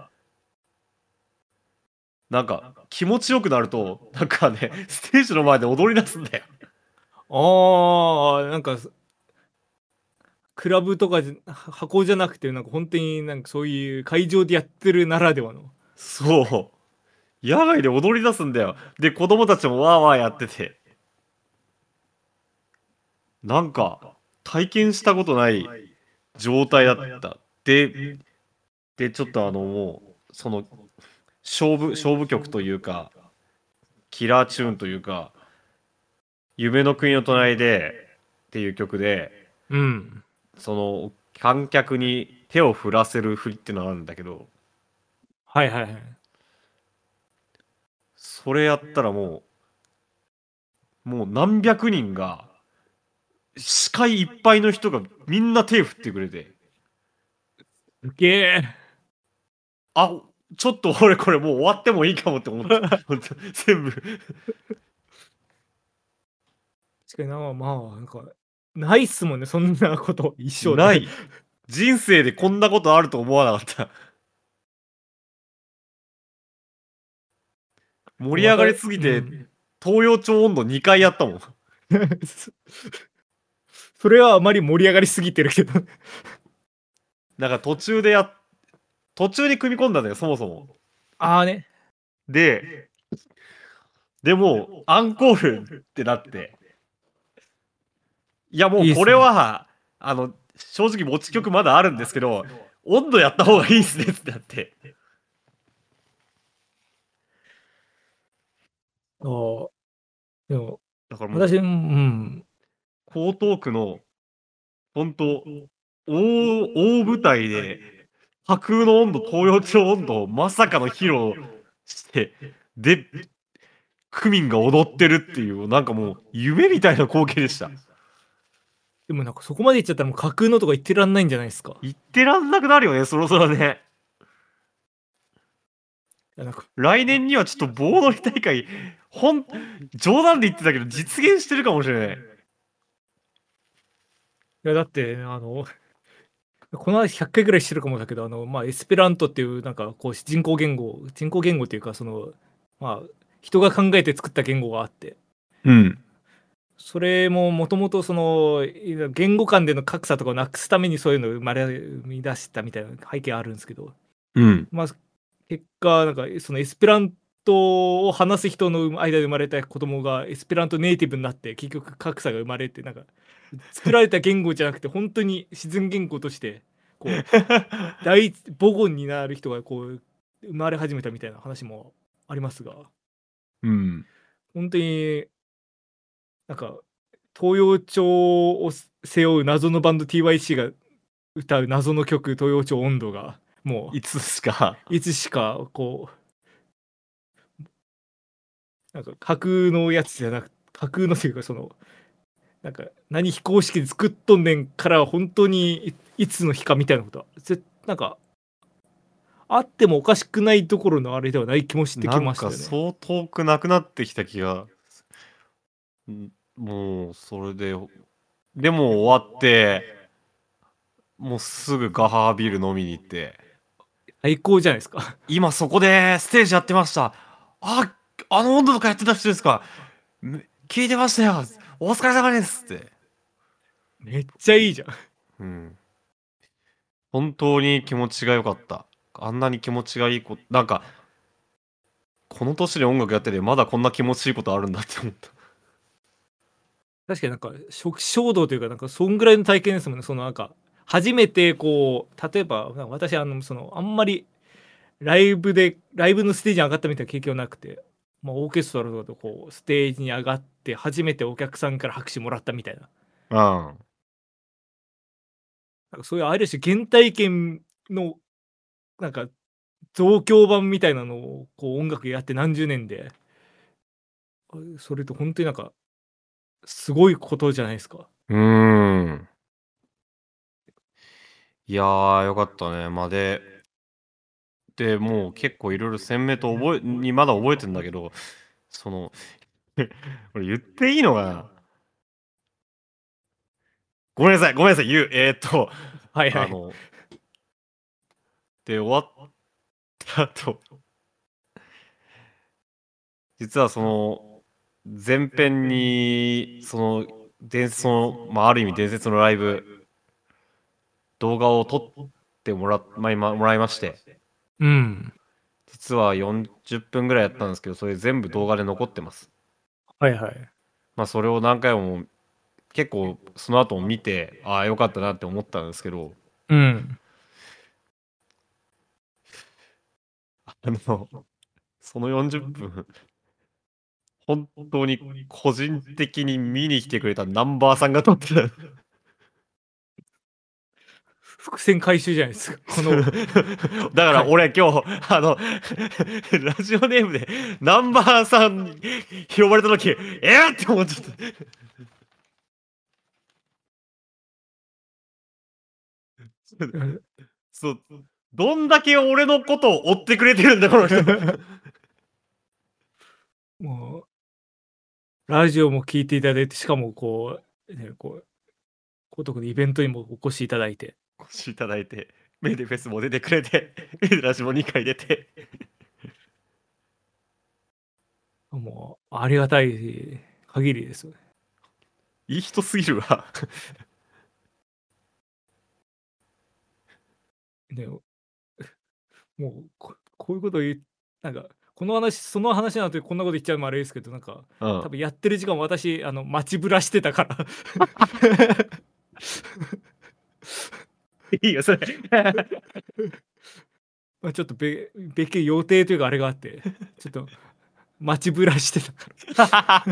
なんか気持ちよくなるとなんかねステージの前で踊り出すんだよああ、なんかクラブとかじゃ箱じゃなくて、なんか本当になんかそういう会場でやってるならではの。 そう野外で踊り出すんだよで子供たちもわーわーやっててなんか体験したことない状態だったででちょっとあのもうその勝負勝負曲というかキラーチューンというか夢の国の隣でっていう曲でうん。 その観客に手を振らせる振りっていうのがあるんだけどはいはいはい。 それやったらもうもう何百人が視界いっぱいの人がみんな手振ってくれてすげえ。 あちょっと俺これもう終わってもいいかもって思った本当全部確かにな、まあ、なんか、ないっすもんね、そんなこと一生で。 ない人生でこんなことあると思わなかった盛り上がりすぎて、 うん、 東洋町温度にかいやったもんそれはあまり盛り上がりすぎてるけど。 なんか途中でや途中に組み込んだんだよそもそもああね。 ででもアンコールってなっていやもうこれいいっすね。 はあの正直持ち曲まだあるんですけど温度やった方がいいっすねってなってああ、でも、 だからもう私、うん、 江東区の本当大大舞台で架空の温度東洋町温度をまさかの披露してで区民が踊ってるっていうなんかもう夢みたいな光景でしたでもなんかそこまで言っちゃったらもう架空のとか言ってらんないんじゃないですか。 言ってらんなくなるよねそろそろねいやなんか来年にはちょっと棒乗り大会ほん冗談で言ってたけど実現してるかもしれないいやだって、あの、この話ひゃっかいぐらいしてるかもだけど、あの、まあ、エスペラントっていうなんかこう人工言語、人工言語っていうか、その、まあ、人が考えて作った言語があって、 うんそれももともとその言語間での格差とかをなくすためにそういうのを生まれ生み出したみたいな背景あるんですけど、 うん。 まあ、結果なんかそのエスペラントを話す人の間で生まれた子供がエスペラントネイティブになって結局格差が生まれて、なんか作られた言語じゃなくて本当に自然言語としてこう第母語になる人がこう生まれ始めたみたいな話もありますが、 うん。 本当になんか東洋町を背負う謎のバンド ティーワイシー が歌う謎の曲東洋町温度がもいつしか。 ういつしかこうなんか架空のやつじゃなく架空のというかそのなんか何非公式で作っとんねんから本当にいいつの日かみたいなことはぜなんかあってもおかしくないところのあれではない気もしてきなんましたよね。 かそう遠くなくなってきた気が。んもうそれで、でも終わって、もうすぐガハハビール飲みに行って、 最高じゃないですか。 今そこでステージやってました。あ、あの温度とかやってた人ですか。め聞いてましたよ。お疲れ様ですって。 めっちゃいいじゃん。 うん。本当に気持ちが良かった。あんなに気持ちがいいこと、なんか、この年で音楽やってて、まだこんな気持ちいいことあるんだって思った。 確かになんか初期衝動というかなんかそんぐらいの体験ですもんね。そのなんか初めてこう例えば私あのそのあんまりライブでライブのステージに上がったみたいな経験はなくて、まあ、オーケストラとかとこうステージに上がって初めてお客さんから拍手もらったみたいな、 うん。 なんかそういうある種原体験のなんか増強版みたいなのをこう音楽やって何十年で、それと本当になんかすごいことじゃないですか。 うーん。いやー、よかったね。まあ、で、で、もう結構いろいろ鮮明と覚えにまだ覚えてんだけど、その、俺言っていいのかな。ごめんなさい、ごめんなさい、言う。えー、っと、 はいはい。 あの、で、終わった後、実はその、前編に、その、伝説の、まあ、ある意味伝説のライブ、動画を撮ってもらっ、まあ、今もらいまして、 うん。 実はよんじゅっぷんぐらいやったんですけど、それ全部動画で残ってます。 はいはい。 まあ、それを何回も結構その後も見て、ああ、よかったなって思ったんですけど、 うん。 あの、そのよんじゅっぷん、本当に個人的に見に来てくれたナンバーさんが撮ってた。 伏線回収じゃないですか。このだから回。 俺今日、あの、ラジオネームでナンバーさんに呼ばれた時、えー、って思っちゃった。そう、どんだけ俺のことを追ってくれてるんだ、この人。 もうラジオも聞いていただいて、しかもこう、ね、こう、こう特にイベントにもお越しいただいて、 お越しいただいて、メールフェスも出てくれて、メールラジもにかい出て。 もうありがたい限りですよね。 いい人すぎるわ。 でもうここういうことを言う、なんかこの話その話なのでこんなこと言っちゃうのもあれですけど、なんかうん。 多分やってる時間私あの待ちぶらしてたから。 いいよ、それ。 まあちょっとべ別件予定というかあれがあってちょっと待ちぶらしてたから。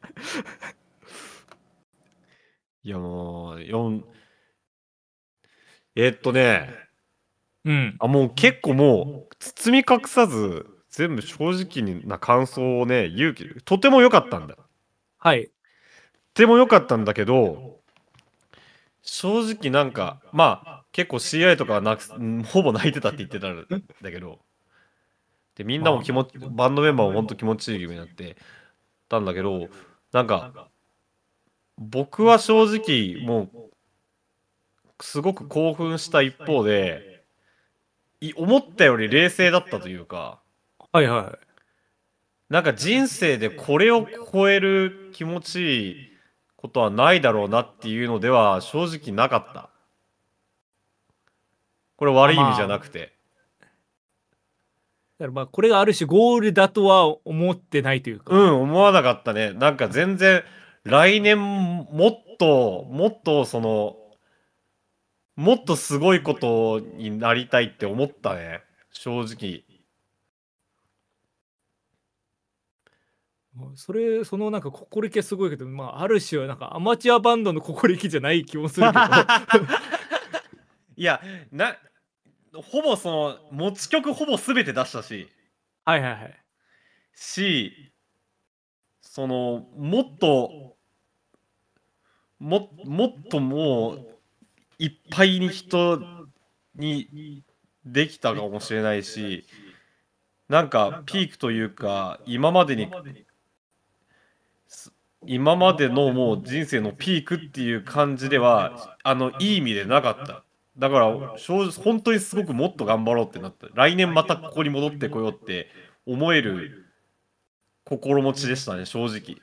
いやもう、よん、えっとね、 うん。 あ、もう結構もう、包み隠さず、全部正直な感想をね、言うけど、とても良かったんだ。とはい。 ても良かったんだけど、正直なんか、まあ、結構 シーアイ とかはなく、うんほぼ泣いてたって言ってたんだけど、で、みんなも気持ち、バンドメンバーも本当気持ちいい気分になってたんだけど、なんか、僕は正直、もう、すごく興奮した一方で、い思ったより冷静だったというか、 はいはい。 なんか人生でこれを超える気持ちいいことはないだろうなっていうのでは正直なかった。これあ、 悪い意味じゃまあ、 なくて。 だからまあこれがある種ゴールだとは思ってないというか。 うん、思わなかったね。なんか全然来年もっと、もっとその、もっとすごいことになりたいって思ったね。正直。 それ、そのなんか心意気はすごいけど、まあ、ある種はなんかアマチュアバンドの心意気じゃない気もするけど。 いや、な、ほぼその、持ち曲ほぼ全て出したし、 はいはいはい。 し、その、もっと、も、もっともう、いっぱいに人にできたかもしれないし、なんかピークというか、今までに、す今までのもう人生のピークっていう感じでは、あの、いい意味でなかった。だから、正直、本当にすごくもっと頑張ろうってなった。来年またここに戻ってこようって思える心持ちでしたね、正直。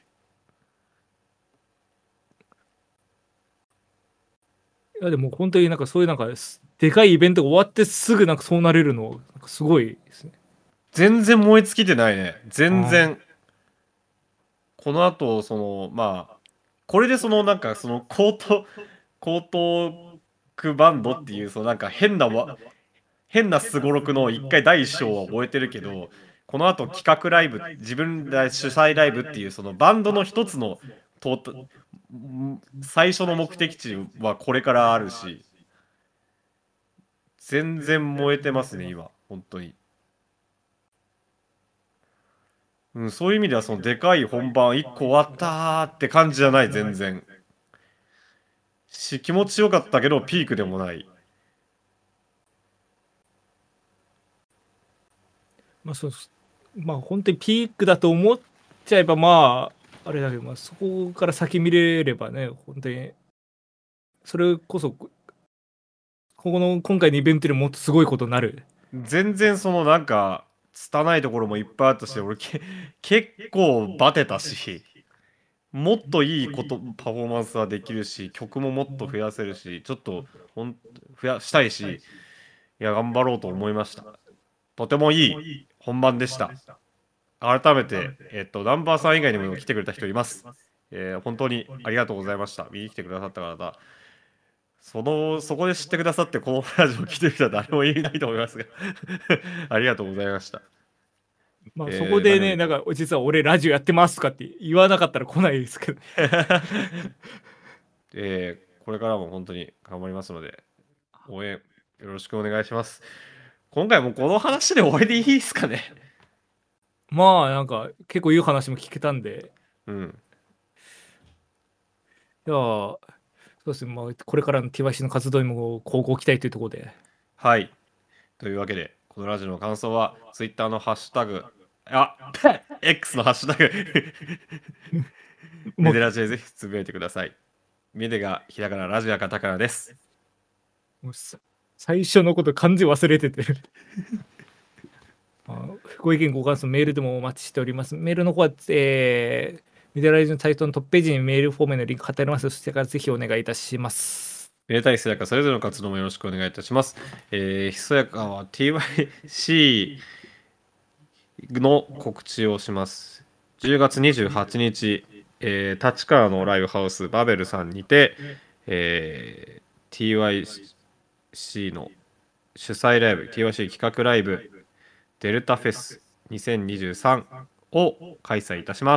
いやでも本当になんかそういうなんかすでかいイベントが終わってすぐなんかそうなれるのなんかすごいですね。 全然燃え尽きてないね。全あ然。この後、その、まあ、これでそのなんかその高等、高等区バンドっていう、そのなんか変なわ、変なすごろくの一回第一章は終えてるけど、この後企画ライブ、自分で主催ライブっていうそのバンドの一つのと最初の目的地はこれからあるし、全然燃えてますね、今、本当に。うん、そういう意味ではそのでかい本番いっこ終わったーって感じじゃない、全然。し、気持ちよかったけどピークでもない。 まあそうすまあ本当にピークだと思っちゃえばまああれだけど、まあ、そこから先見れればね本当にそれこそここの今回のイベントでもっとすごいことになる。 全然そのなんか、拙いところもいっぱいあったし、俺け結構バテたし、もっといいこと、パフォーマンスはできるし、曲ももっと増やせるし、ちょっとほん増やしたいし、いや、頑張ろうと思いました。とてもいい本番でした。改めて、えっと、ナンバーさん以外にも来てくれた人います。えー本当にありがとうございました。見に来てくださった方。その、そこで知ってくださって、このラジオ来てる人は誰もいないと思いますがありがとうございました。 まあそこえー、何よりでねなんか実は俺ラジオやってますとかって言わなかったら来ないですけど。 えー、これからも本当に頑張りますので、応援よろしくお願いします。今回もこの話で終わりでいいですかね。 まあなんか結構いい話も聞けたんで、 うん。 いやそうですね、まあ、これからの ティーワイシー の活動にも交互期待というところで。 はい。というわけで、このラジオの感想は、Twitter のハッシュタグ、あ、X のハッシュタグメもうデラジでぜひつぶやいてください。メデがひらがな、ラジオがカタカナです。 もうさ最初のこと完全忘れててあご意見ご感想メールでもお待ちしております。メールの方は、えー、メディアライズのサイトのトップページにメールフォームへのリンク貼ってありますので、そちらからぜひお願いいたします。 メデ対ひそやかそれぞれの活動もよろしくお願いいたします。えー、ひそやかは ティーワイシー の告知をします。じゅうがつにじゅうはちにち、えー、立川のライブハウスバベルさんにて、えー、ティーワイシー の主催ライブ、ティーワイシー 企画ライブ、デルタフェスにせんにじゅうさんを開催いたします。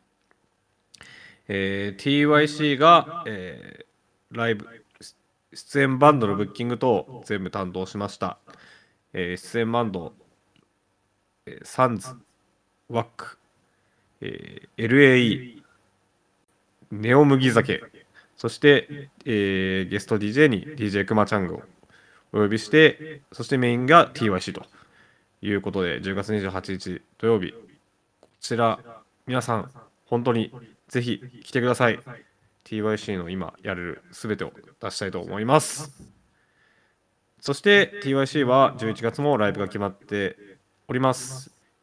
えー、ティーワイシー が、えー、ライブ、出演バンドのブッキング等全部担当しました。えー、出演バンド、えーサンズ、ワック、えー、エルエーイー、ネオ麦酒、そして、えーゲスト ディージェー に ディージェー クマチャングをお呼びして、そしてメインが ティーワイシー ということで、じゅうがつにじゅうはちにち土曜日、こちら、皆さん、本当にぜひ来てください。ティーワイシー の今やれるすべてを出したいと思います。そして ティーワイシー はじゅういちがつもライブが決まっております。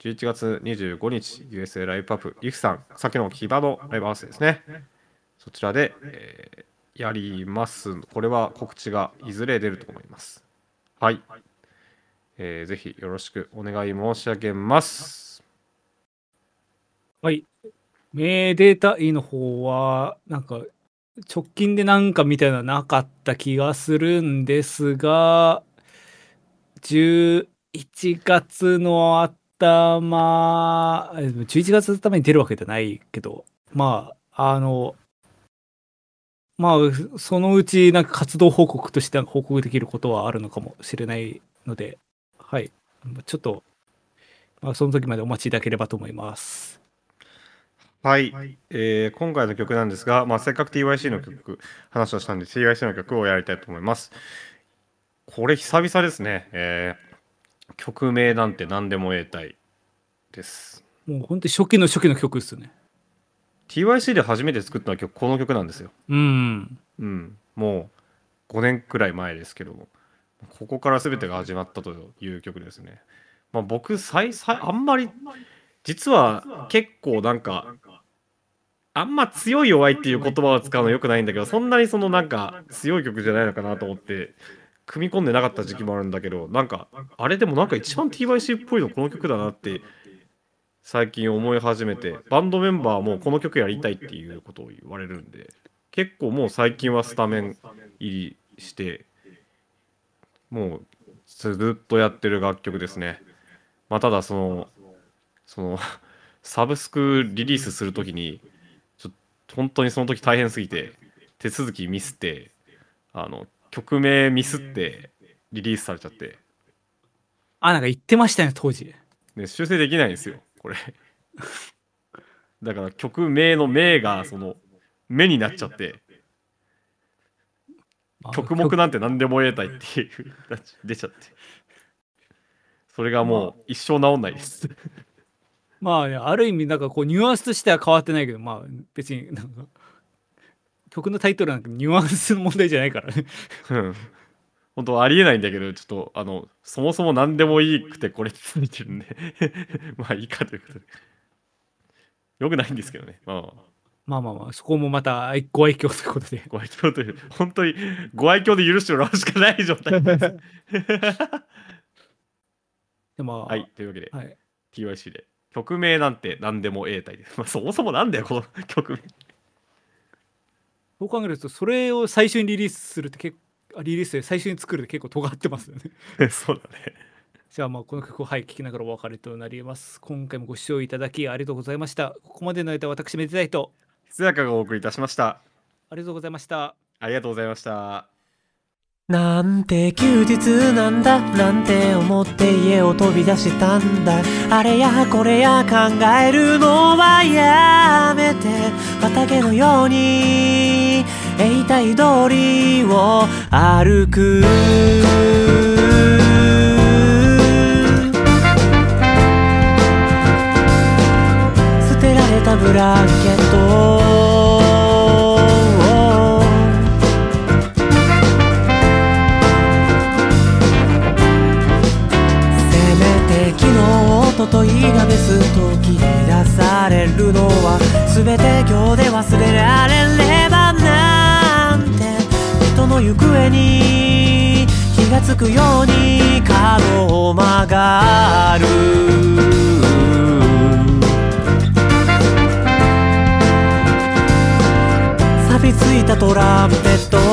じゅういちがつにじゅうごにち ユーエスエー ライブパブ、ゆきさん、さっきの木場のライブハウスですね。そちらで、えー、やります。これは告知がいずれ出ると思います。はい。えー、ぜひよろしくお願い申し上げます。 はい。めでたいの方は、なんか、直近でなんかみたいなのなかった気がするんですが、じゅういちがつの頭、じゅういちがつの頭に出るわけじゃないけど、まあ、あの、まあ、そのうちなんか活動報告として報告できることはあるのかもしれないので、はい。ちょっと、まあ、その時までお待ちいただければと思います。 はい、えー、今回の曲なんですが、まあ、せっかく ティーワイシー の曲話をしたんで ティーワイシー の曲をやりたいと思います。これ久々ですね、えー、曲名なんて何でも得たいです。 もう本当に初期の初期の曲ですよね。 ティーワイシー で初めて作った曲この曲なんですよ。 うん、 うん、もうごねんくらい前ですけども、ここから全てが始まったという曲ですね。まあ、僕最最あんまり実は結構なんかあんま強い弱いっていう言葉を使うのよくないんだけど、そんなにそのなんか強い曲じゃないのかなと思って組み込んでなかった時期もあるんだけど、なんかあれでもなんか一番 ティーワイシー っぽいのこの曲だなって最近思い始めて、バンドメンバーもこの曲やりたいっていうことを言われるんで、結構もう最近はスタメン入りしてもうずっとやってる楽曲ですね。まあ、ただそのそのサブスクリリースするときにちょっと本当にその時大変すぎて手続きミスってあの曲名ミスってリリースされちゃって、 あ、なんか言ってましたね当時。 で修正できないんですよこれだから曲名の名がその目になっちゃって、曲目なんて何でも得たいっていう出ちゃって、それがもう一生治んないですまあね、ある意味なんかこうニュアンスとしては変わってないけど、まあ別になんか曲のタイトルなんかニュアンスの問題じゃないからね本当ありえないんだけど、ちょっとあのそもそも何でもいいくてこれついてるんでまあいいかということで、よくないんですけどね。まあまあまあまあ、そこもまたご愛嬌ということで。 ご愛嬌という、本当にご愛嬌で許してもらうしかない状態です。 でまあ、 はい、というわけで、 はい、 ティーワイシー で曲名なんて何でも A 体です。まあ、そもそもなんだよ、この曲名。 そう考えると、それを最初にリリースするって結構、リリースで最初に作るって結構尖ってますよね。 そうだね。 じゃあまあこの曲をはい聴きながらお別れとなります。今回もご視聴いただきありがとうございました。ここまでの間私めでたいとひつやかがお送りいたしました。 ありがとうございました。 ありがとうございました。 なんて休日なんだなんて思って家を飛び出したんだ。あれやこれや考えるのはやめて、畑のように永代通りを歩く。捨てられたブランケットといがですと切り出されるのは全て今日で忘れられればなんて、人の行方に気がつくように角を曲がる。錆びついたトランペット